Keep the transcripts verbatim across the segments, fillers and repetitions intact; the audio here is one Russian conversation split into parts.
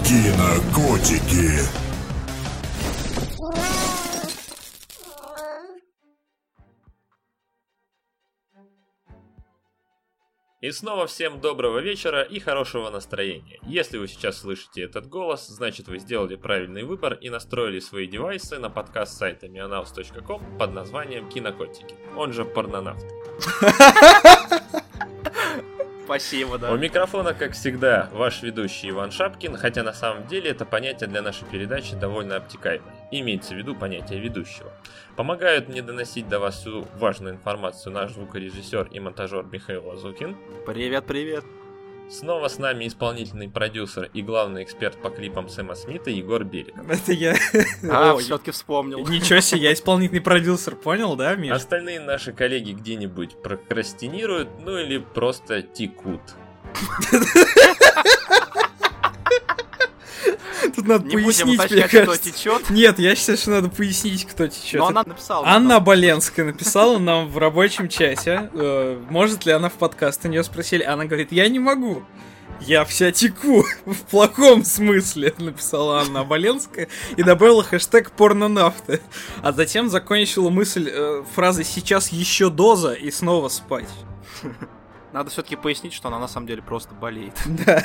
Кинокотики. И снова всем доброго вечера и хорошего настроения. Если вы сейчас слышите этот голос, значит вы сделали правильный выбор и настроили свои девайсы на подкаст сайта mionaus точка ком под названием Кинокотики, он же Порнонавт. Спасибо, да. У микрофона, как всегда, ваш ведущий Иван Шапкин, хотя на самом деле это понятие для нашей передачи довольно обтекаемое. Имеется в виду понятие ведущего. Помогают мне доносить до вас всю важную информацию наш звукорежиссер и монтажер Михаил Лазукин. Привет, привет. Снова с нами исполнительный продюсер и главный эксперт по клипам Сэма Смита Егор Беликов. Это я. А, все-таки вспомнил. Ничего себе, я исполнительный продюсер, понял, да, Миш? Остальные наши коллеги где-нибудь прокрастинируют, ну или просто текут. Тут надо Не пояснить, будем мне уточнять, кто кажется. течет. Нет, я считаю, что надо пояснить, кто течет. Но она написала. Анна Оболенская написала нам в рабочем чате, э, может ли она в подкаст. У нее спросили, она говорит, я не могу. Я вся теку, в плохом смысле, написала Анна Оболенская и добавила хэштег порнонавты. А затем закончила мысль э, фразой «сейчас еще доза» и снова спать. Надо все-таки пояснить, что она на самом деле просто болеет. Да.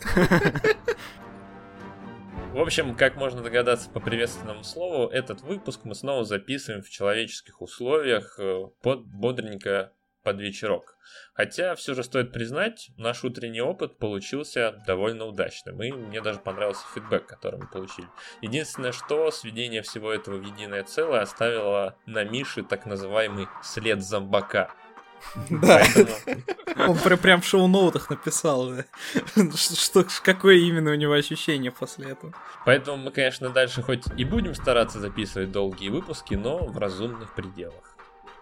В общем, как можно догадаться по приветственному слову, этот выпуск мы снова записываем в человеческих условиях под бодренько под вечерок. Хотя, все же стоит признать, наш утренний опыт получился довольно удачным, и мне даже понравился фидбэк, который мы получили. Единственное, что сведение всего этого в единое целое оставило на Мише так называемый след зомбака. Да, он прям в шоу-ноутах написал, да. что, какое именно у него ощущение после этого. Поэтому мы, конечно, дальше хоть и будем стараться записывать долгие выпуски, но в разумных пределах.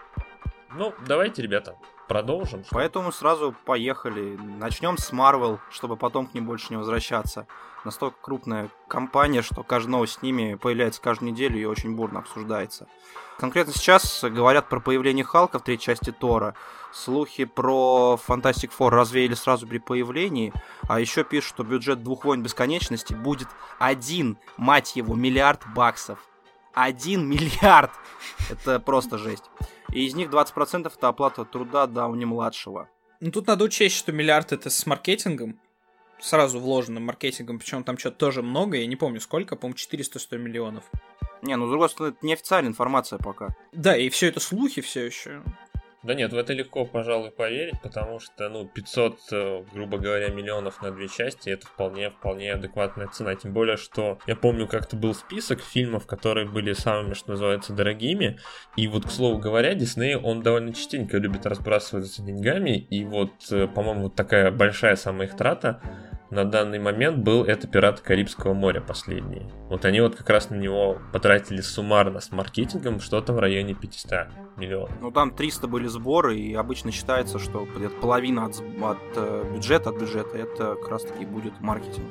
Ну, давайте, ребята, продолжим. Поэтому сразу поехали. Начнем с Marvel, чтобы потом к ним больше не возвращаться. Настолько крупная компания, что каждая новость с ними появляется каждую неделю и очень бурно обсуждается. Конкретно сейчас говорят про появление Халка в третьей части Тора. Слухи про Fantastic Four развеяли сразу при появлении. А еще пишут, что бюджет «Двух войн бесконечности» будет один, мать его, миллиард баксов. Один миллиард! Это просто жесть. И из них двадцать процентов это оплата труда Дауни-младшего. Ну тут надо учесть, что миллиард это с маркетингом. Сразу вложенным маркетингом, причем там что-то тоже много, я не помню сколько, по-моему, четыреста сто миллионов. Не, ну с другой стороны, это неофициальная информация пока. Да, и все это слухи все еще. Да нет, в это легко, пожалуй, поверить, потому что, ну, пятьсот, грубо говоря, миллионов на две части, это вполне, вполне адекватная цена. Тем более, что я помню, как-то был список фильмов, которые были самыми, что называется, дорогими. И вот, к слову говоря, Дисней, он довольно частенько любит разбрасываться деньгами. И вот, по-моему, вот такая большая самая их трата на данный момент был это «Пираты Карибского моря» последние. Вот они вот как раз на него потратили суммарно с маркетингом что-то в районе пятьсот миллионов. Ну там триста были сборы, и обычно считается, что где-то половина от, от э, бюджета, от бюджета, это как раз таки будет маркетинг.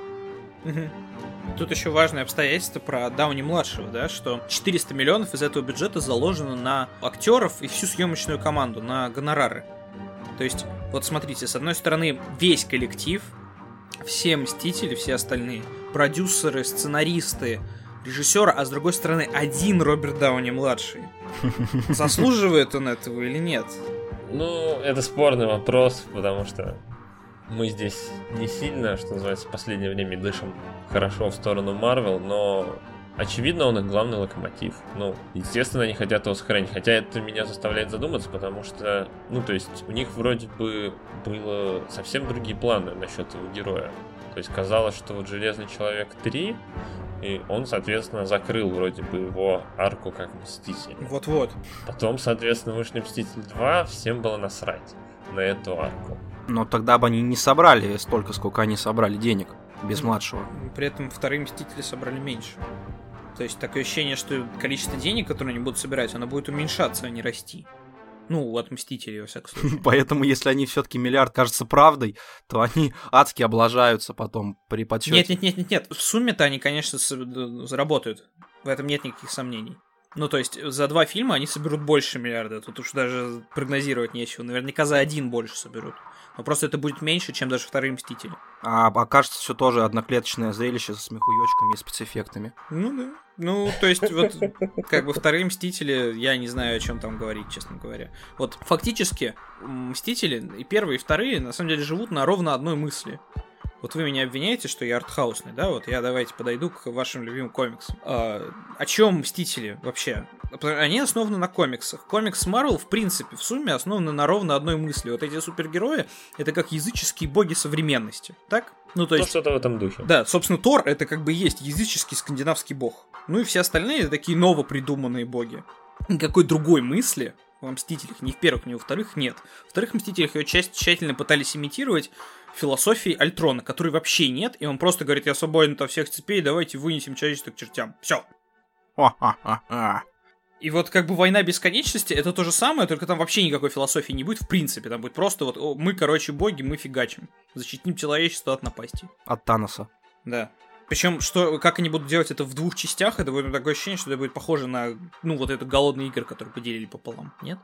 Угу. Тут еще важное обстоятельство про Дауни-младшего, да, что четыреста миллионов из этого бюджета заложено на актеров и всю съемочную команду, на гонорары. То есть, вот смотрите, с одной стороны, весь коллектив, все Мстители, все остальные, продюсеры, сценаристы, режиссеры, а с другой стороны, один Роберт Дауни-младший. Заслуживает он этого или нет? Ну, это спорный вопрос, потому что мы здесь не сильно, что называется, в последнее время дышим хорошо в сторону Marvel, но очевидно, он их главный локомотив. Ну, естественно, они хотят его сохранить. Хотя это меня заставляет задуматься, потому что, ну, то есть, у них вроде бы было совсем другие планы насчет его героя. То есть, казалось, что вот Железный Человек три, и он, соответственно, закрыл вроде бы его арку как Мститель. Вот-вот. Потом, соответственно, вышли Мститель два, всем было насрать на эту арку. Но тогда бы они не собрали столько, сколько они собрали денег без младшего. При этом вторые Мстители собрали меньше. То есть такое ощущение, что количество денег, которые они будут собирать, оно будет уменьшаться, а не расти. Ну, от Мстителей, во всяком случае. Поэтому, если они все-таки миллиард кажется правдой, то они адски облажаются потом при подсчете. Нет, нет, нет, нет, нет. В сумме-то они, конечно, заработают. В этом нет никаких сомнений. Ну, то есть, за два фильма они соберут больше миллиарда. Тут уж даже прогнозировать нечего. Наверняка за один больше соберут. Но просто это будет меньше, чем даже вторые «Мстители». А окажется все тоже одноклеточное зрелище со смехуёчками и спецэффектами. Ну да. Ну, то есть, вот, как бы вторые «Мстители», я не знаю, о чем там говорить, честно говоря. Вот, фактически, «Мстители» и первые, и вторые, на самом деле, живут на ровно одной мысли. Вот вы меня обвиняете, что я артхаусный, да? Вот я давайте подойду к вашим любимым комиксам. А, о чем «Мстители» вообще? Они основаны на комиксах. Комикс Marvel, в принципе, в сумме основаны на ровно одной мысли. Вот эти супергерои — это как языческие боги современности, так? Ну, то есть... Ну, что-то в этом духе. Да, собственно, Тор — это как бы и есть языческий скандинавский бог. Ну и все остальные — это такие новопридуманные боги. Никакой другой мысли во «Мстителях» ни в первых, ни во вторых нет. В вторых «Мстителях» ее часть тщательно пытались имитировать философии Альтрона, которой вообще нет, и он просто говорит: я свободен от всех цепей, давайте вынесем человечество к чертям. Все. И вот как бы «Война бесконечности» — это то же самое, только там вообще никакой философии не будет в принципе. Там будет просто вот о, мы, короче, боги, мы фигачим. Защитим человечество от напасти. От Таноса. Да. Причем, что, как они будут делать это в двух частях, это будет такое ощущение, что это будет похоже на, ну, вот это «Голодные игры», которые поделили пополам. Нет?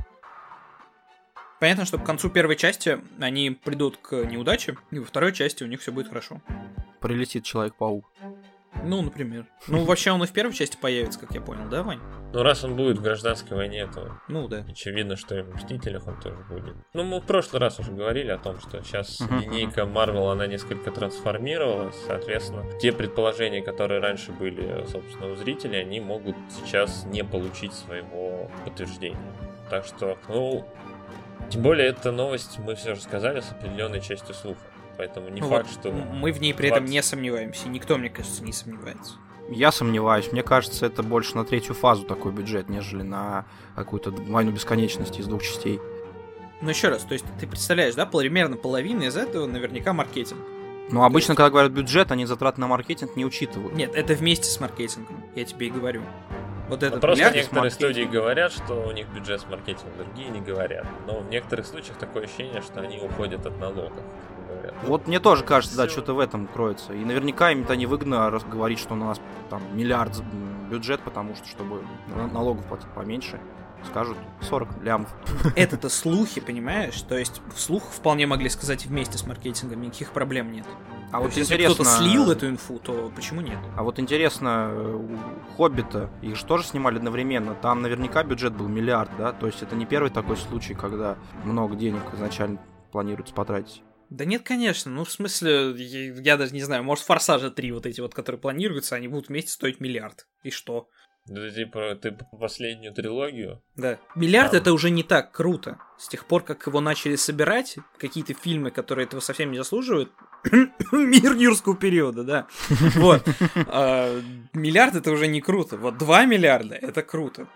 Понятно, что к концу первой части они придут к неудаче, и во второй части у них все будет хорошо. Прилетит Человек-паук. Ну, например. Ну, вообще он и в первой части появится, как я понял, да, Вань? Ну, раз он будет в гражданской войне, то ну, да. очевидно, что и в «Мстителях» он тоже будет. Ну, мы в прошлый раз уже говорили о том, что сейчас uh-huh. линейка Marvel, она несколько трансформировалась. Соответственно, те предположения, которые раньше были, собственно, у зрителей, они могут сейчас не получить своего подтверждения. Так что, ну... Тем более, эта новость, мы все же сказали, с определенной частью слуха. Поэтому не ну факт, вот что... Мы в ней при этом не сомневаемся. Никто, мне кажется, не сомневается. Я сомневаюсь. Мне кажется, это больше на третью фазу такой бюджет, нежели на какую-то «Войну бесконечности» из двух частей. Ну, еще раз, то есть ты представляешь, да, примерно половина из этого наверняка маркетинг. Ну, обычно, есть... когда говорят бюджет, они затраты на маркетинг не учитывают. Нет, это вместе с маркетингом, я тебе и говорю. Вот это просто некоторые студии говорят, что у них бюджет с маркетингом, другие не говорят. Но в некоторых случаях такое ощущение, что они уходят от налогов. Говорят. Вот мне тоже кажется, да, что-то в этом кроется. И наверняка им-то невыгодно говорить, что у нас там миллиард бюджет, потому что, чтобы налогов платить поменьше, скажут сорок лямов. Это-то слухи, понимаешь? То есть вслух вполне могли сказать вместе с маркетингом, никаких проблем нет. А вот если интересно... кто-то слил эту инфу, то почему нет? А вот интересно, у «Хоббита» их же тоже снимали одновременно. Там наверняка бюджет был миллиард, да? То есть это не первый такой случай, когда много денег изначально планируется потратить. Да нет, конечно. Ну, в смысле, я, я даже не знаю, может, «Форсажа три» вот эти вот, которые планируются, они будут вместе стоить миллиард. И что? Да, типа, ты последнюю трилогию? Да. Миллиард Там. Это уже не так круто. С тех пор, как его начали собирать, какие-то фильмы, которые этого совсем не заслуживают, мир юрского периода, да. Вот. Миллиард это уже не круто. Вот два миллиарда это круто.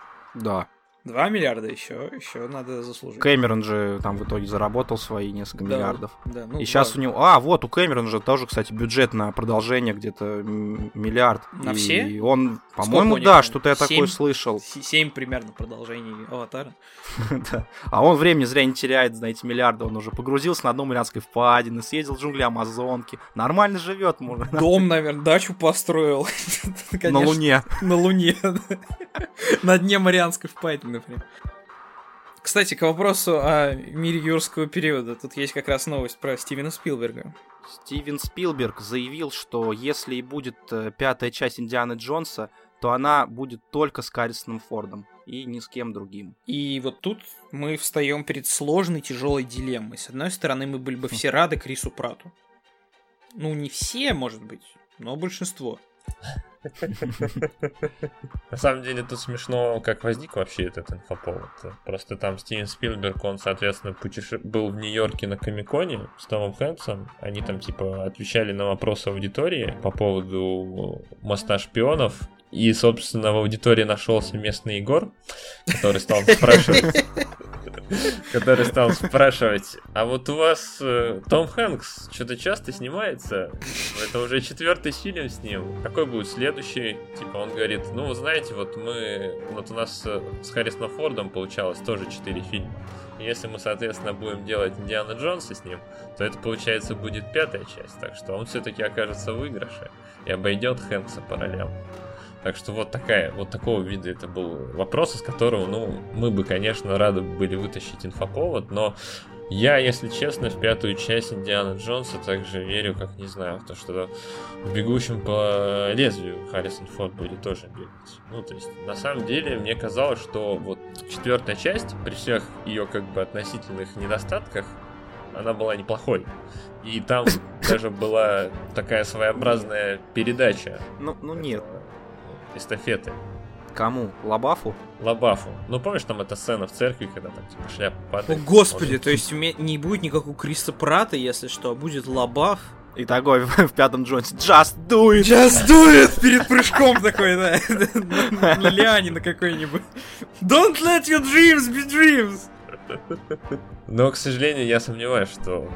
Да. Два миллиарда еще, еще надо заслужить. Кэмерон же там в итоге заработал свои несколько да, миллиардов. Да, ну, и сейчас да. у него... А, вот, у Кэмерона же тоже, кстати, бюджет на продолжение где-то миллиард. На и все? И он, по-моему, да, что-то я такое слышал. Семь примерно продолжений «Аватара». Да. А он времени зря не теряет, знаете, миллиарды. Он уже погрузился на дно Марианской впадины, съездил в джунгли Амазонки. Нормально живет, может. Дом, наверное, дачу построил. На Луне. На Луне. На дне Марианской впадины, например. Кстати, к вопросу о мире юрского периода. Тут есть как раз новость про Стивена Спилберга. Стивен Спилберг заявил, что если и будет пятая часть Индианы Джонса, то она будет только с Харрисоном Фордом и ни с кем другим. И вот тут мы встаем перед сложной, тяжелой дилеммой. С одной стороны, мы были бы все рады Крису Пратту. Ну, не все, может быть, но большинство. На самом деле тут смешно, как возник вообще этот инфоповод. Просто там Стивен Спилберг, он, соответственно, путеше... был в Нью-Йорке на Комик-Коне с Томом Хэнксом. Они там, типа, отвечали на вопросы аудитории по поводу моста шпионов. И, собственно, в аудитории нашелся местный Егор, который стал спрашивать... который стал спрашивать, а вот у вас э, Том Хэнкс что-то часто снимается? Это уже четвертый фильм с ним. Какой будет следующий? Типа он говорит, ну, вы знаете, вот мы... Вот у нас с Харрисоном Фордом получалось тоже четыре фильма. И если мы, соответственно, будем делать Индиана Джонса с ним, то это, получается, будет пятая часть. Так что он все-таки окажется в выигрыше и обойдет Хэнкса по ролям. Так что вот такая, вот такого вида это был вопрос, из которого, ну, мы бы, конечно, рады были вытащить инфоповод, но я, если честно, в пятую часть Индиана Джонса также верю, как, не знаю, в то, что в «Бегущем по лезвию» Харрисон Форд будет тоже бегать. Ну, то есть, на самом деле, мне казалось, что вот четвертая часть, при всех ее, как бы, относительных недостатках, она была неплохой. И там даже была такая своеобразная передача. Ну, ну нет. Эстафеты. Кому? Лабафу? Лабафу. Ну, помнишь, там эта сцена в церкви, когда там типа шляпа падает? О, господи, может... то есть не будет никакого Криса Пратта, если что, будет Лабаф. И такой в пятом Джонсе: Just do it! Just do it! Перед прыжком такой, да. Не Лианина какой-нибудь. Don't let your dreams be dreams! Но, к сожалению, я сомневаюсь, что,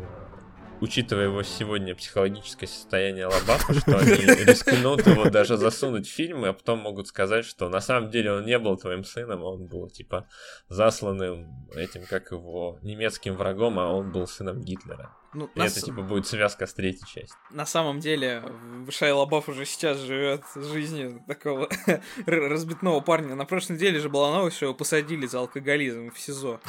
учитывая его сегодня психологическое состояние Лабафа, что они рискнут его даже засунуть в фильм, а потом могут сказать, что на самом деле он не был твоим сыном, он был, типа, засланным этим, как его, немецким врагом, а он был сыном Гитлера. Ну, и нас... это, типа, будет связка с третьей частью. На самом деле, Шайя Лабаф уже сейчас живет жизнью такого разбитного парня. На прошлой неделе же была новость, что его посадили за алкоголизм в СИЗО.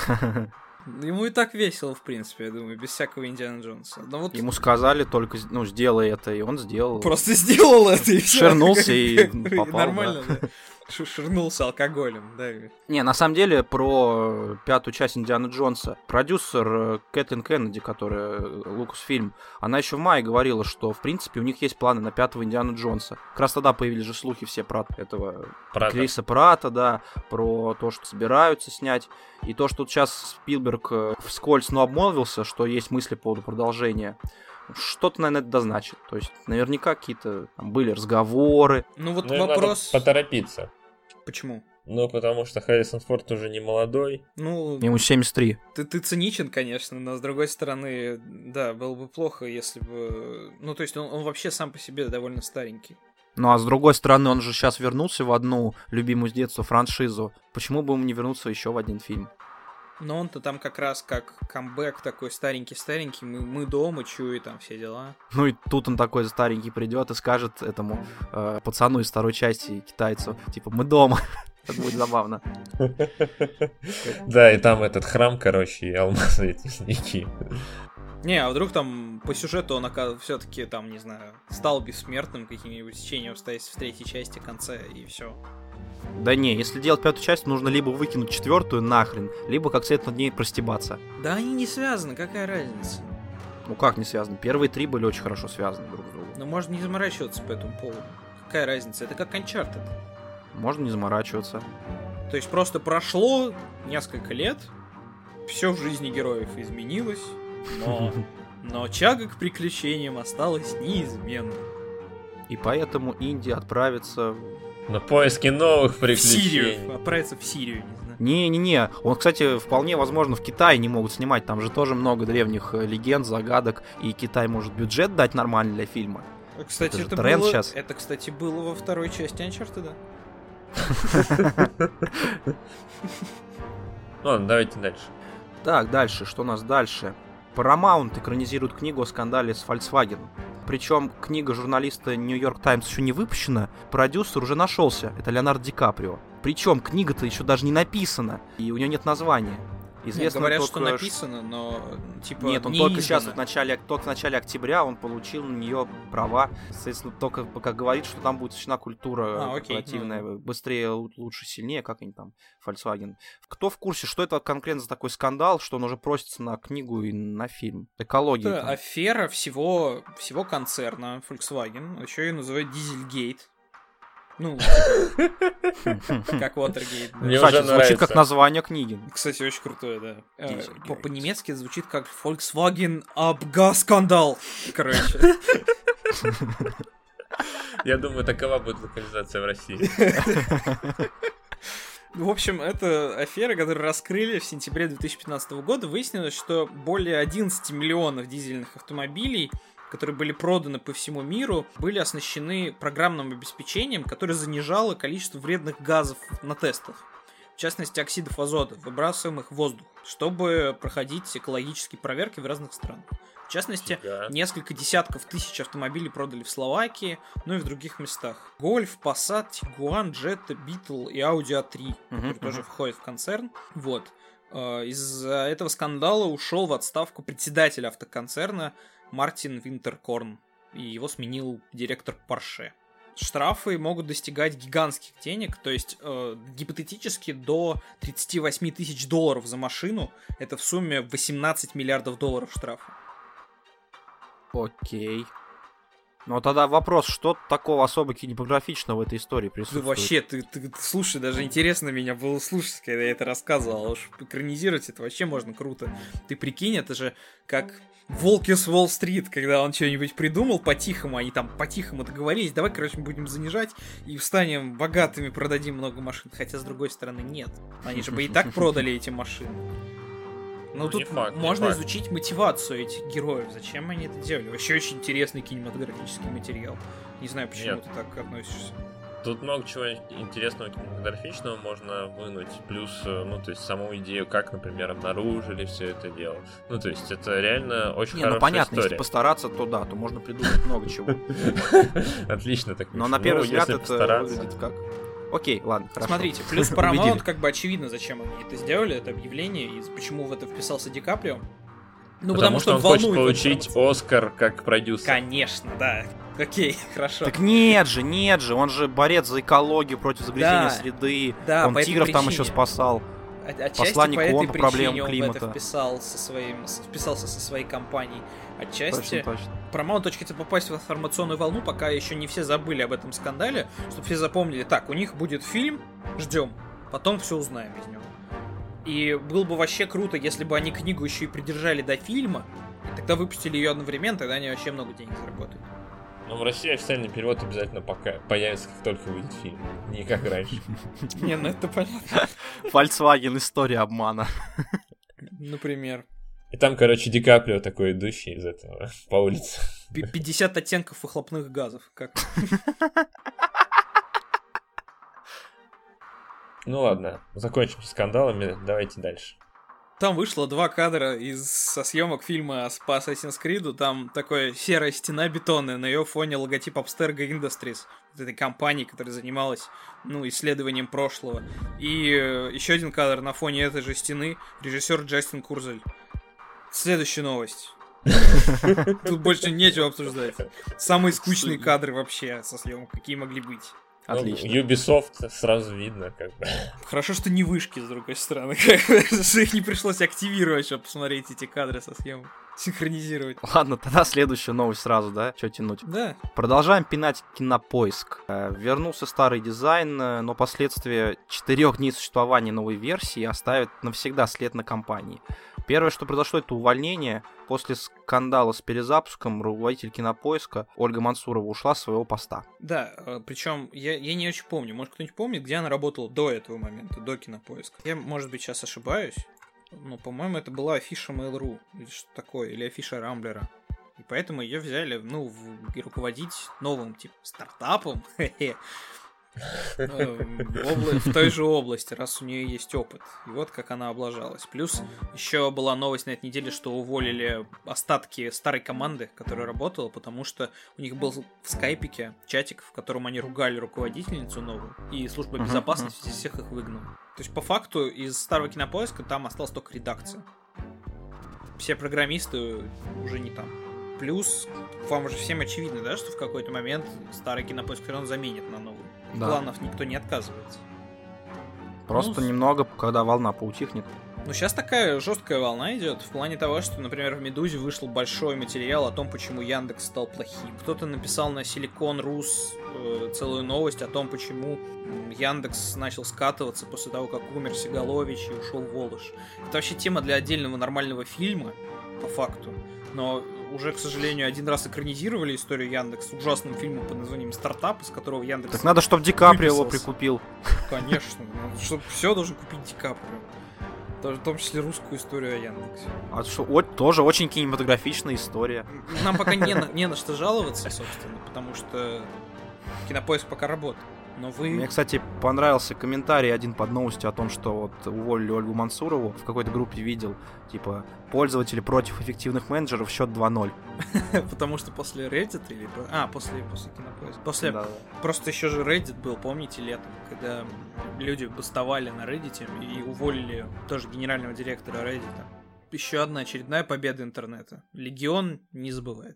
Ему и так весело, в принципе, я думаю, без всякого Индиана Джонса. Но вот... Ему сказали только, ну, сделай это, и он сделал. Просто сделал это, и все. Ширнулся и попал, нормально, да. Ширнулся алкоголем, да. Не, на самом деле, про пятую часть Индиана Джонса. Продюсер Кэтлин Кеннеди, которая Лукасфильм, она еще в мае говорила, что, в принципе, у них есть планы на пятого Индиана Джонса. Как раз тогда появились же слухи все про этого Пратта. Криса Пратта, да, про то, что собираются снять. И то, что сейчас Спилберг вскользь, но обмолвился, что есть мысли по поводу продолжения. Что-то, наверное, это дозначит. То есть, наверняка какие-то там были разговоры. Ну вот ну, вопрос... Надо поторопиться. Почему? Ну, потому что Харрисон Форд уже не молодой. Ну, ему семьдесят три. Ты, ты циничен, конечно, но с другой стороны, да, было бы плохо, если бы... Ну, то есть он, он вообще сам по себе довольно старенький. Ну, а с другой стороны, он же сейчас вернулся в одну любимую с детства франшизу. Почему бы ему не вернуться еще в один фильм? Но он-то там как раз как камбэк такой старенький-старенький, мы, мы дома, чую, и там все дела. Ну и тут он такой старенький придет и скажет этому э, пацану из второй части, китайцу, типа, мы дома. Это будет забавно. Да, и там этот храм, короче, и алмазы эти снеги. Не, а вдруг там по сюжету он все-таки там, не знаю, стал бессмертным каким-нибудь течением обстоятельств в третьей части, конце, и все. Да не, если делать пятую часть, нужно либо выкинуть четвертую нахрен, либо как следует над ней простебаться. Да они не связаны, какая разница? Ну как не связаны? Первые три были очень хорошо связаны друг с другом. Ну можно не заморачиваться по этому поводу. Какая разница? Это как Uncharted. Можно не заморачиваться. То есть просто прошло несколько лет, все в жизни героев изменилось, но, но тяга к приключениям осталась неизменной. И поэтому Инди отправится... На поиски новых приключений. В Сирию. Отправиться в Сирию, не знаю. Не-не-не. Он, кстати, вполне возможно в Китае не могут снимать. Там же тоже много древних легенд, загадок. И Китай может бюджет дать нормальный для фильма. Кстати, это, это, это тренд было... сейчас. Это, кстати, было во второй части Uncharted, да? Ладно, давайте дальше. Так, дальше. Что у нас дальше? Paramount экранизирует книгу о скандале с Volkswagen. Причем книга журналиста New York Times еще не выпущена, продюсер уже нашелся, это Леонардо Ди Каприо. Причем книга-то еще даже не написана, и у нее нет названия. Известно нет, говорят, только, что написано, но типа нет, он не только издано. сейчас, в начале, только в начале октября он получил на нее права. Соответственно, только пока говорит, что там будет освещена культура а, корпоративная, ну, быстрее, лучше, сильнее, как они там, Volkswagen. Кто в курсе, что это конкретно за такой скандал, что он уже просится на книгу и на фильм? Экология. Это там. Афера всего, всего концерна Volkswagen, еще ее называют Дизельгейт. Ну, как Watergate. Мне Кстати, уже звучит нравится. Как название книги. Кстати, очень крутое, да. По- по-немецки звучит как Volkswagen Abgas-скандал. Короче. Я думаю, такова будет локализация в России. В общем, это афера, которую раскрыли в сентябре две тысячи пятнадцатого года. Выяснилось, что более одиннадцать миллионов дизельных автомобилей, которые были проданы по всему миру, были оснащены программным обеспечением, которое занижало количество вредных газов на тестах. В частности, оксидов азота, выбрасываемых в воздух, чтобы проходить экологические проверки в разных странах. В В частности, Да. несколько десятков тысяч автомобилей продали в Словакии, ну и в других местах. Гольф, Passat, Tiguan, Jetta, Beetle и Audi а три, который Мгм, тоже мгм. входит в концерн. Вот. Э, Из-за этого скандала ушел в отставку председатель автоконцерна Мартин Винтеркорн, и его сменил директор Porsche. Штрафы могут достигать гигантских денег, то есть э, гипотетически до тридцать восемь тысяч долларов за машину. Это в сумме восемнадцать миллиардов долларов штрафа. Окей. Ну тогда вопрос, что такого особо кинематографичного в этой истории Да присутствует? вообще, ты, ты, ты слушай, даже интересно меня было слушать, когда я это рассказывал. А уж экранизировать это вообще можно круто. Ты прикинь, это же как Волки с Уолл-стрит, когда он что-нибудь придумал по-тихому, они там по-тихому договорились, давай, короче, будем занижать и станем богатыми, продадим много машин. Хотя, с другой стороны, нет. Они же бы и так продали эти машины. Но Ну, тут не факт, не можно факт. изучить мотивацию этих героев. Зачем они это делали? Вообще очень интересный кинематографический материал. Не знаю, почему Нет. ты так относишься. Тут много чего интересного кинематографичного можно вынуть. Плюс, э, ну, то есть, саму идею, как, например, обнаружили все это дело. Ну, то есть, это реально очень Не, хорошая ну понятно, история. если постараться, то да, то можно придумать много чего. Отлично так. Но Миша. на первый Ну, взгляд если это постараться. выглядит как... Окей, ладно, хорошо. Смотрите, плюс Убедили. Paramount, как бы очевидно, зачем они это сделали, это объявление, и почему в это вписался Ди Каприо. Ну, потому, что он хочет волнует получить информация. Оскар как продюсер. Конечно, да. Окей, хорошо. Так нет же, нет же, он же борец за экологию против загрязнения Да, среды. да, он по этой тигров там причине. еще спасал. От- Отчасти посланник по этой ООН по проблемам причине он в это климата. вписал со своим, с- вписался со своей компанией. Отчасти Точно, точно. Paramount очень хотел попасть в информационную волну, пока еще не все забыли об этом скандале, чтобы все запомнили, так, у них будет фильм, ждем, потом все узнаем из него. И было бы вообще круто, если бы они книгу еще и придержали до фильма, и тогда выпустили ее одновременно, тогда они вообще много денег заработают. Но в России официальный перевод обязательно пока появится, как только выйдет фильм. Не как раньше. Не, ну это понятно. Volkswagen, история обмана. Например, И там, короче, Ди Каприо такой идущий из этого по улице. пи- пятьдесят оттенков выхлопных газов. Как? Ну ладно, закончим с скандалами, давайте дальше. Там вышло два кадра из со съемок фильма по Assassin's Creed. Там такая серая стена бетонная, на ее фоне логотип Abstergo Industries, вот этой компании, которая занималась, ну, исследованием прошлого. И э, еще один кадр на фоне этой же стены, режиссер Джастин Курзель. Следующая новость. Тут больше нечего обсуждать. Самые скучные кадры вообще со съемок, какие могли быть. Отлично. Ну, Ubisoft сразу видно, как бы. Хорошо, что не вышки, с другой стороны. Что их не пришлось активировать, чтобы посмотреть эти кадры со съемок. Синхронизировать. Ладно, тогда следующая новость сразу, да? Че тянуть? Да. Продолжаем пинать Кинопоиск. Э, Вернулся старый дизайн, э, но последствия четырех дней существования новой версии оставят навсегда след на компании. Первое, что произошло, это увольнение. После скандала с перезапуском руководитель Кинопоиска Ольга Мансурова ушла с своего поста. Да, причем я, я не очень помню. Может, кто-нибудь помнит, где она работала до этого момента, до Кинопоиска? Я, может быть, сейчас ошибаюсь. Но, по-моему, это была афиша Mail.ru или что такое, или афиша Рамблера. И поэтому ее взяли, ну, в, и руководить новым, типа, стартапом. В обла- в той же области, раз у нее есть опыт. И вот как она облажалась. Плюс еще была новость на этой неделе, что уволили остатки старой команды, которая работала, потому что у них был в скайпике чатик, в котором они ругали руководительницу новую, и служба Мгм, безопасности всех их выгнала. То есть, по факту, из старого Кинопоиска там осталась только редакция. Все программисты уже не там. Плюс, вам уже всем очевидно, да, что в какой-то момент старый Кинопоиск все равно заменит на новый. Да. Планов никто не отказывается. Просто Ну, немного, когда волна поутихнет. Ну, сейчас такая жесткая волна идет в плане того, что, например, в «Медузе» вышел большой материал о том, почему Яндекс стал плохим. Кто-то написал на Silicon.Rus э, целую новость о том, почему м, Яндекс начал скатываться после того, как умер Сигалович и ушел Волош. Это вообще тема для отдельного нормального фильма, по факту. Но уже, к сожалению, один раз экранизировали историю Яндекс ужасным фильмом под названием «Стартап», из которого Яндекс... Так надо, чтобы Ди Каприо его выписался. прикупил. Конечно. Чтобы все должен купить Ди Каприо. Даже в том числе русскую историю о Яндексе. А что, о- тоже очень кинематографичная история. Нам пока не на, не на что жаловаться, собственно, потому что Кинопоиск пока работает. Но вы... Мне, кстати, понравился комментарий один под новостью о том, что вот уволили Ольгу Мансурову. В какой-то группе видел, типа, пользователи против эффективных менеджеров, счет два ноль. Потому что после Reddit или... А, после, после Кинопоиска. После... Да. Просто еще же Reddit был, помните, летом, когда люди бастовали на Reddit и уволили тоже генерального директора Reddit. Еще одна очередная победа интернета. Легион не забывает.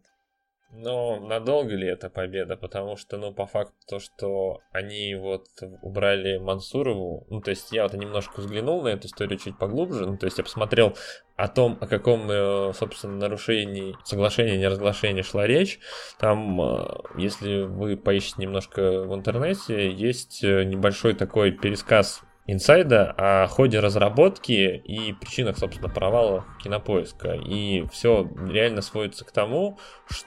Но надолго ли это победа? Потому что, ну, по факту, то, что они вот убрали Мансурову, ну, то есть я вот немножко взглянул на эту историю чуть поглубже, ну, то есть я посмотрел о том, о каком, собственно, нарушении соглашения, неразглашения шла речь. Там, если вы поищете немножко в интернете, есть небольшой такой пересказ инсайда о ходе разработки и причинах, собственно, провала Кинопоиска. И все реально сводится к тому,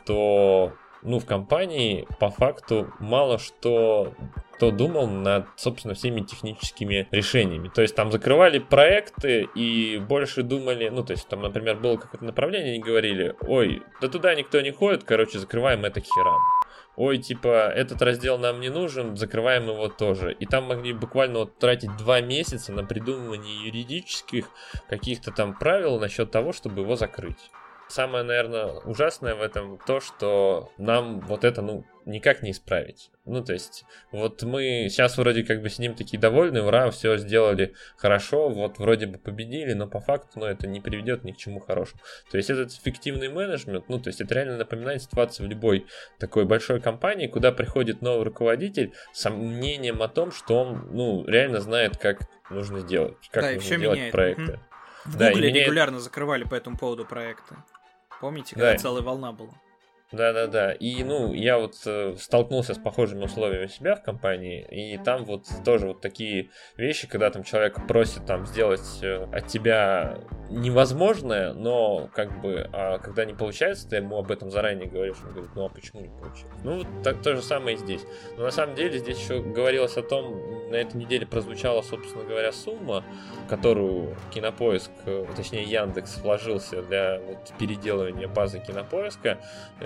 что, ну, в компании по факту мало что кто думал над, собственно, всеми техническими решениями. То есть там закрывали проекты и больше думали, ну, то есть там, например, было какое-то направление, они говорили: ой, да туда никто не ходит, короче, закрываем это к херам. Ой, типа, этот раздел нам не нужен, закрываем его тоже. И там могли буквально вот тратить два месяца на придумывание юридических каких-то там правил насчет того, чтобы его закрыть. Самое, наверное, ужасное в этом то, что нам вот это, ну, никак не исправить. Ну, то есть, вот мы сейчас вроде как бы сидим такие довольны, ура, все сделали хорошо, вот вроде бы победили, но по факту, ну, это не приведет ни к чему хорошему. То есть, этот эффективный менеджмент, ну, то есть, это реально напоминает ситуацию в любой такой большой компании, куда приходит новый руководитель с сомнением о том, что он, ну, реально знает, как нужно сделать, как да, нужно делать меняет. проекты. В да, Гугле меняет... регулярно закрывали по этому поводу проекты. Помните, когда да. целая волна была? Да-да-да, и, ну, я вот э, столкнулся с похожими условиями у себя в компании, и там вот тоже вот такие вещи, когда там человек просит там сделать э, от тебя невозможное, но как бы, а когда не получается, ты ему об этом заранее говоришь, он говорит: ну а почему не получилось? Ну, вот так, то же самое и здесь. Но на самом деле здесь еще говорилось о том, на этой неделе прозвучала, собственно говоря, сумма, которую Кинопоиск, точнее Яндекс, вложился для вот переделывания базы Кинопоиска,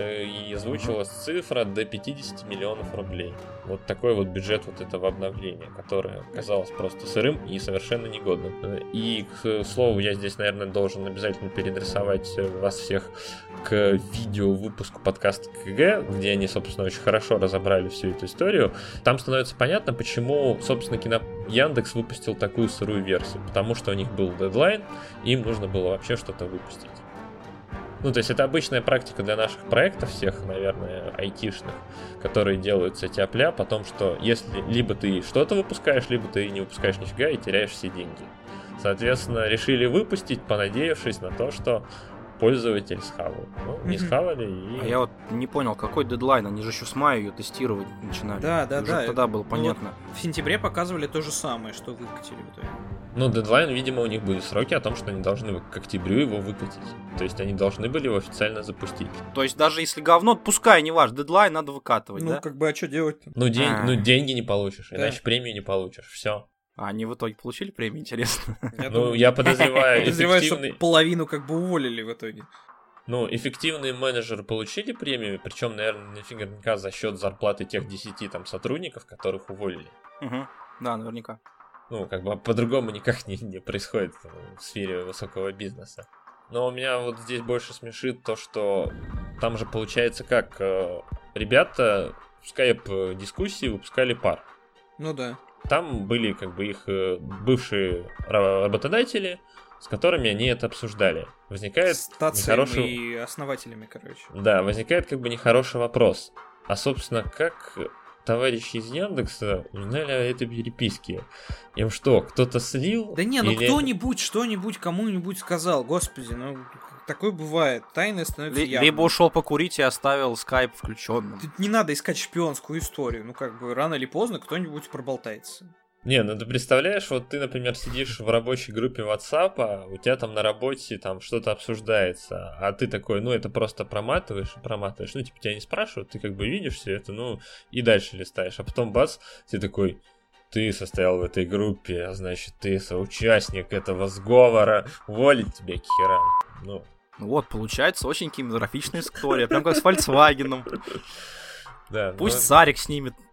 и озвучилась цифра до пятьдесят миллионов рублей. Вот такой вот бюджет вот этого обновления, которое казалось просто сырым и совершенно негодным. И, к слову, я здесь, наверное, должен обязательно переадресовать вас всех к видео выпуску подкаста КГ, где они, собственно, очень хорошо разобрали всю эту историю. Там становится понятно, почему, собственно, Кино... Яндекс выпустил такую сырую версию. Потому что у них был дедлайн, им нужно было вообще что-то выпустить. Ну, то есть это обычная практика для наших проектов всех, наверное, айтишных, которые делаются тяп-ляп о том, что если либо ты что-то выпускаешь, либо ты не выпускаешь нифига и теряешь все деньги. Соответственно, решили выпустить, понадеявшись на то, что пользователь схавал. Ну, не схавали и... А я вот не понял, какой дедлайн? Они же еще с мая ее тестировать начинали. Да, да, уже да. тогда было ну, понятно. Вот в сентябре показывали то же самое, что выкатили в итоге. Ну, дедлайн, видимо, у них были сроки о том, что они должны к октябрю его выплатить. То есть они должны были его официально запустить. То есть даже если говно, пускай, не ваш дедлайн, надо выкатывать, ну, да? Ну, как бы, а что делать-то? Ну, день, А. ну, деньги не получишь, Да. иначе премию не получишь. Все. А они в итоге получили премию, интересно? Ну, я подозреваю, Подозреваю, что эффективный... половину как бы уволили в итоге. Ну, эффективные менеджеры получили премию, причем, наверное, наверняка за счет зарплаты тех десяти там сотрудников, которых уволили. Угу. Да, наверняка. Ну, как бы по-другому никак не, не происходит в сфере высокого бизнеса. Но меня вот здесь больше смешит то, что там же получается как, э, ребята в скайп-дискуссии выпускали пар. Ну да. Там были как бы их э, бывшие работодатели, с которыми они это обсуждали. Возникает Стациями нехороший... и основателями, короче. Да, возникает как бы нехороший вопрос. А, собственно, как товарищи из Яндекса узнали о этой переписке? Им что, кто-то слил? Да не, ну или... кто-нибудь, что-нибудь кому-нибудь сказал. Господи, ну такое бывает. Тайное становится Ли- явным. Либо ушел покурить и оставил скайп включенным. Тут не надо искать шпионскую историю. Ну как бы рано или поздно кто-нибудь проболтается. Не, ну ты представляешь, вот ты, например, сидишь в рабочей группе WhatsApp, а у тебя там на работе там что-то обсуждается, а ты такой, ну это просто проматываешь и проматываешь, ну типа тебя не спрашивают, ты как бы видишь все это, ну и дальше листаешь, а потом бац, ты такой, ты состоял в этой группе, а значит ты соучастник этого сговора, уволить тебя к херам, ну. Ну вот, получается очень кинематографичная история, прям как с Volkswagen. Да, Пусть ну... Сарик снимет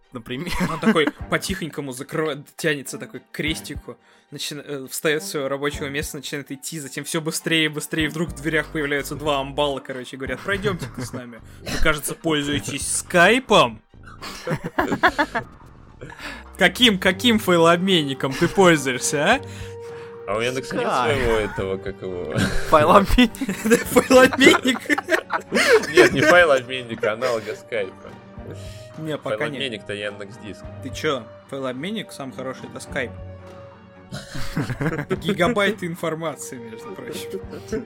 например. Он такой по-тихонькому закроет, тянется такой к крестику, начина... э, встает с своего рабочего места, начинает идти, затем все быстрее и быстрее, вдруг в дверях появляются два амбала, короче, говорят, пройдемте-ка с нами. Вы, кажется, пользуетесь скайпом? Каким, каким файлообменником ты пользуешься, а? А у Яндекса нет своего этого, как его... Файлообменник? Файлообменник? Нет, не файлообменник, а аналога скайпа. Не, пока нет. Файлообменник-то Яндекс.Диск. Ты чё? Файлообменник самый хороший — это скайп. Гигабайты информации, между прочим.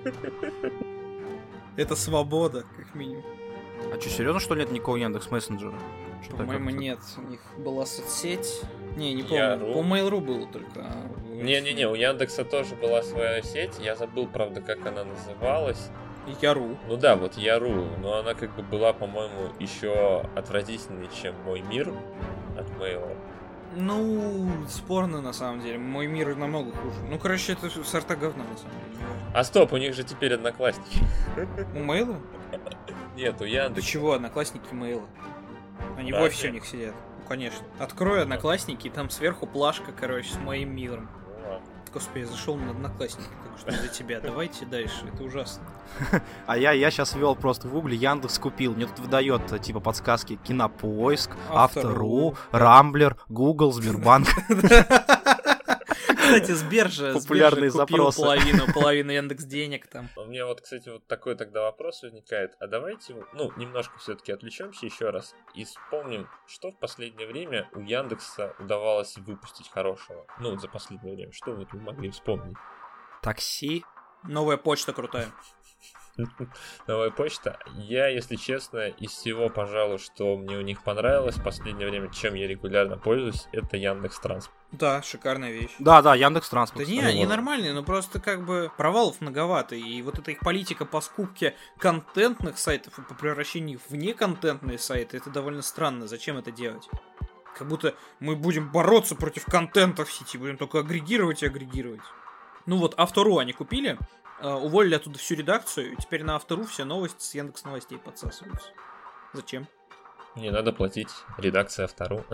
Это свобода, как минимум. А что, серьезно, что нет никакого Яндекс Мессенджера? По-моему, нет. У них была соцсеть. Не, не помню. Яру. По Mail.ru было только. Не-не-не, у Яндекса тоже была своя сеть. Я забыл, правда, как она называлась. Яру. Ну да, вот Яру. Но она как бы была, по-моему, еще отвратительнее, чем Мой мир от Mail. Ну, спорно на самом деле. Мой мир намного хуже. Ну, короче, это сорта говна на самом деле. А стоп, у них же теперь Одноклассники. У Мейла? Нет, у Да Яндекса. чего, Одноклассники Мейла? Они Да, в офисе нет. у них сидят. Ну, конечно. Открой Одноклассники, и там сверху плашка, короче, с моим миром. Ну ладно. Господи, я зашел на Одноклассники, так что из-за тебя. Давайте дальше, это ужасно. А я, я сейчас ввел просто в гугле, Яндекс купил. Мне тут выдает типа подсказки: Кинопоиск, Авто.ру, Авто.ру, Рамблер, Google, Сбербанк. Кстати, Сбер же, Популярные Сбер же купил запросы. половину, половину Яндекс денег там. У меня вот, кстати, вот такой тогда вопрос возникает. А давайте, ну, немножко все-таки отвлечемся еще раз и вспомним, что в последнее время у Яндекса удавалось выпустить хорошего. Ну, за последнее время. Что вот вы могли вспомнить? Такси. Новая почта крутая. Новая почта. Я, если честно, из всего, пожалуй, что мне у них понравилось в последнее время, чем я регулярно пользуюсь, это Яндекс.Транспорт. Да, шикарная вещь. Да, да, Яндекс Транспорт. Да не, они нормальные, но просто как бы провалов многовато. И вот эта их политика по скупке контентных сайтов и по превращению их в неконтентные сайты, это довольно странно. Зачем это делать? Как будто мы будем бороться против контента в сети, будем только агрегировать и агрегировать. Ну вот, Авто.ру они купили, э, уволили оттуда всю редакцию, и теперь на Авто.ру все новости с Яндекс Новостей подсасываются. Зачем? Не надо платить редакция Авто.ру.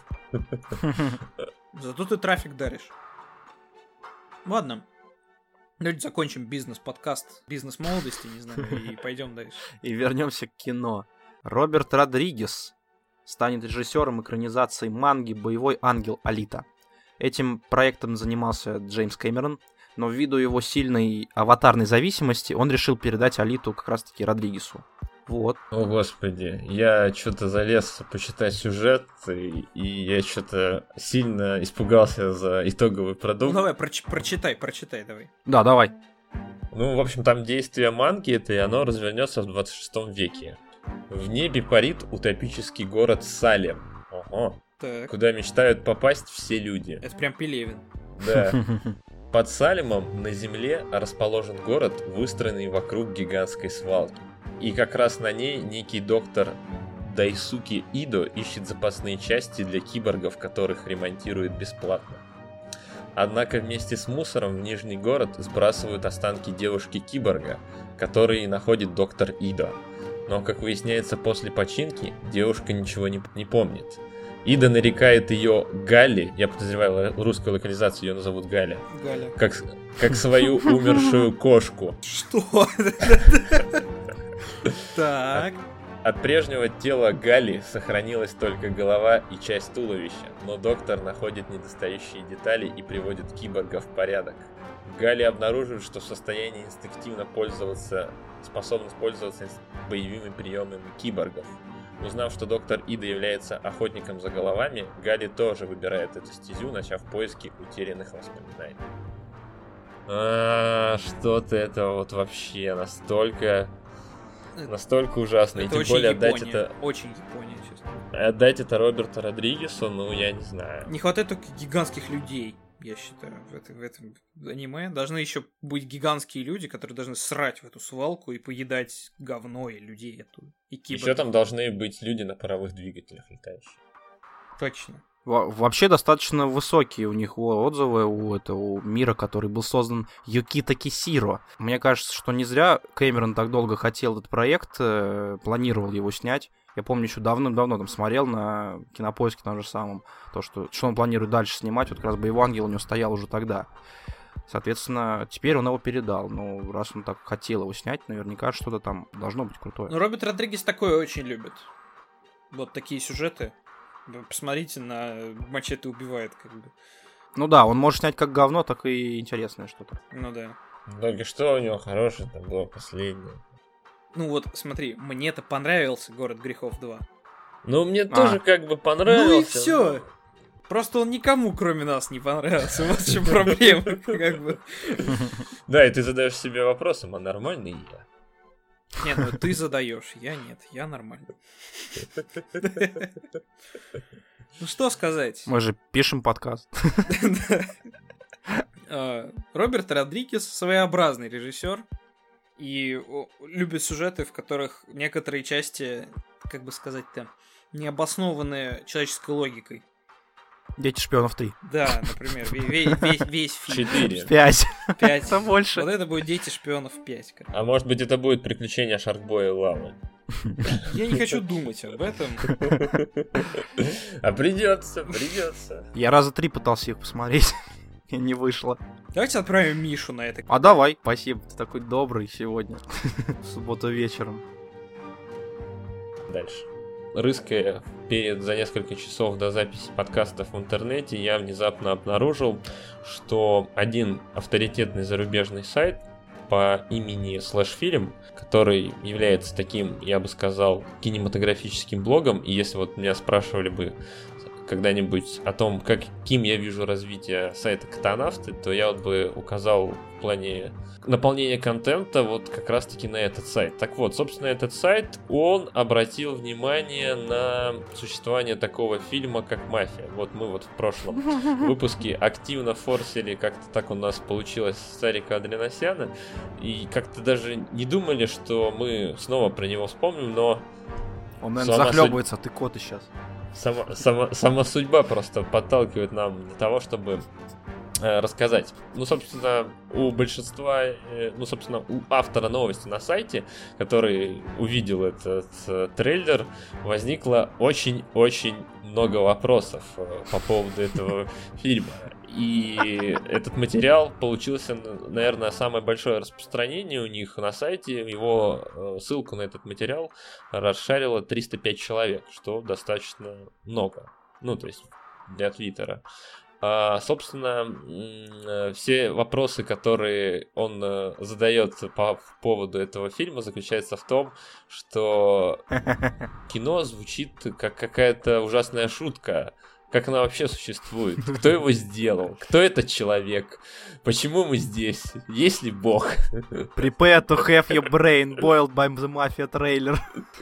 Зато ты трафик даришь. Ладно. Давайте закончим бизнес-подкаст, бизнес-молодости, не знаю, и пойдем дальше. И вернемся к кино. Роберт Родригес станет режиссером экранизации манги «Боевой ангел Алита». Этим проектом занимался Джеймс Кэмерон, но ввиду его сильной аватарной зависимости он решил передать Алиту как раз-таки Родригесу. Вот. О, господи, я что-то залез почитать сюжет, и, и я что-то сильно испугался за итоговый Ну продукт. давай, проч- прочитай, прочитай, давай. Да, давай. Ну, в общем, там действие манги это, и оно развернется в двадцать шестом веке. В небе парит утопический город Салем. Ого. Так, Куда мечтают попасть все люди. это прям Пелевин. Да. Под Салемом на земле расположен город, выстроенный вокруг гигантской свалки. И как раз на ней некий доктор Дайсуки Идо ищет запасные части для киборгов, которых ремонтирует бесплатно. Однако вместе с мусором в Нижний город сбрасывают останки девушки-киборга, которые находит доктор Идо. Но, как выясняется после починки, девушка ничего не, не помнит. Ида нарекает ее Галли, я подозреваю, русскую локализацию ее назовут Галя, Галя. как, как свою умершую кошку. Что? Так. От прежнего тела Галли сохранилась только голова и часть туловища, но доктор находит недостающие детали и приводит киборга в порядок. Галли обнаруживает, что в состоянии инстинктивно пользоваться, способна пользоваться боевыми приемами киборгов. Узнав, что доктор Ида является охотником за головами, Галли тоже выбирает эту стезю, начав поиски утерянных воспоминаний. А, что-то это вот вообще настолько... Настолько ужасно. Это И тем очень более Япония. отдать это, Очень Япония, честно. отдать это Роберту Родригесу, ну я не знаю. Не хватает только гигантских людей, я считаю, в этом, в этом аниме. Должны еще быть гигантские люди, которые должны срать в эту свалку и поедать говно и людей оттуда. И киборгов. Еще там должны быть люди на паровых двигателях летающие. Точно. Во- Вообще достаточно высокие у них отзывы у этого мира, который был создан Юкито Кисиро. Мне кажется, что не зря Кэмерон так долго хотел этот проект, э, планировал его снять. Я помню, еще давно-давно там смотрел на Кинопоиске на же самом, то, что, что он планирует дальше снимать, вот как раз «Боевой ангел» у него стоял уже тогда. Соответственно, теперь он его передал. Ну, раз он так хотел его снять, наверняка что-то там должно быть крутое. Ну, Роберт Родригес такое очень любит. Вот такие сюжеты. Вы посмотрите на «Мачете убивает», как бы. Ну да, он может снять как говно, так и интересное что-то. Ну да. Только что у него хорошее там было последнее. Ну вот, смотри, мне-то понравился «Город грехов два». Ну, мне А. тоже как бы понравился. Ну и все. Просто он никому, кроме нас, не понравился. Вот в чем проблема, как бы. Да, и ты задаешь себе вопросом, а нормальный я? Нет, ну ты задаешь, я нет, я нормально. Ну что сказать? Мы же пишем подкаст. Роберт Родригес своеобразный режиссер и любит сюжеты, в которых некоторые части, как бы сказать-то, не обоснованные человеческой логикой. «Дети шпионов три». Да, например, весь, весь, весь фильм. Четыре. Пять. Пять. Это больше. Вот это будет «Дети шпионов пять». А может быть, это будет «Приключения Шаркбоя и Лавы». Я не хочу думать об этом. А придется, придется. Я раза три пытался их посмотреть, и не вышло. Давайте отправим Мишу на это. А давай, спасибо, ты такой добрый сегодня, в субботу вечером. Дальше. Рыская перед за несколько часов до записи подкастов в интернете, я внезапно обнаружил, что один авторитетный зарубежный сайт по имени Слэшфильм, который является таким, я бы сказал, кинематографическим блогом, и если вот меня спрашивали бы когда-нибудь о том, каким я вижу развитие сайта Катанавты, то я вот бы указал в плане наполнения контента вот как раз-таки на этот сайт. Так вот, собственно, этот сайт, он обратил внимание на существование такого фильма, как «Мафия». Вот мы вот в прошлом выпуске активно форсили, как-то так у нас получилось, Сарика Андреасяна, и как-то даже не думали, что мы снова про него вспомним, но... Он, наверное, захлебывается, суд... а ты коты сейчас. Сама, сама, сама судьба просто подталкивает нам для того, чтобы э, рассказать. Ну, собственно, у большинства, э, ну, собственно, у автора новости на сайте, который увидел этот э, трейлер, возникло очень-очень много вопросов э, по поводу этого фильма. И этот материал получился, наверное, самое большое распространение у них на сайте. Его ссылку на этот материал расшарило триста пять человек, что достаточно много. Ну, то есть для Твиттера. А, собственно, все вопросы, которые он задает по поводу этого фильма, заключаются в том, что кино звучит как какая-то ужасная шутка. Как она вообще существует? Кто его сделал? Кто этот человек? Почему мы здесь? Есть ли Бог? Prepare to have your brain boiled by the Mafia trailer.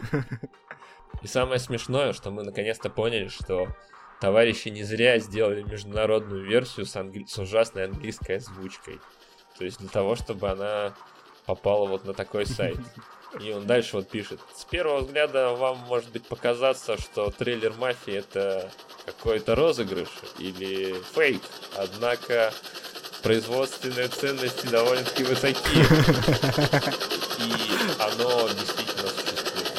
И самое смешное, что мы наконец-то поняли, что товарищи не зря сделали международную версию с, англи... с ужасной английской озвучкой. То есть для того, чтобы она попала вот на такой сайт. И он дальше вот пишет: с первого взгляда вам может быть показаться, что трейлер «Мафии» — это какой-то розыгрыш или фейк, однако производственные ценности довольно-таки высоки, и оно действительно существует.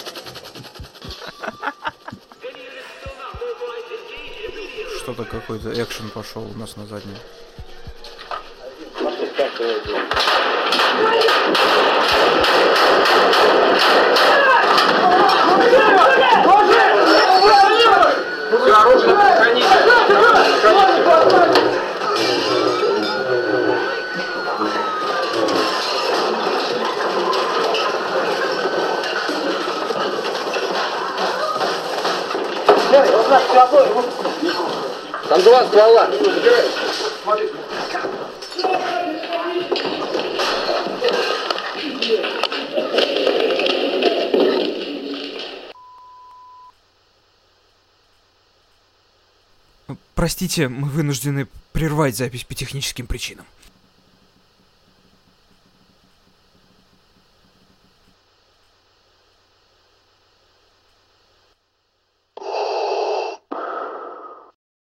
Что-то какой-то экшен пошел у нас на заднем. Там два ствола. Простите, мы вынуждены прервать запись по техническим причинам.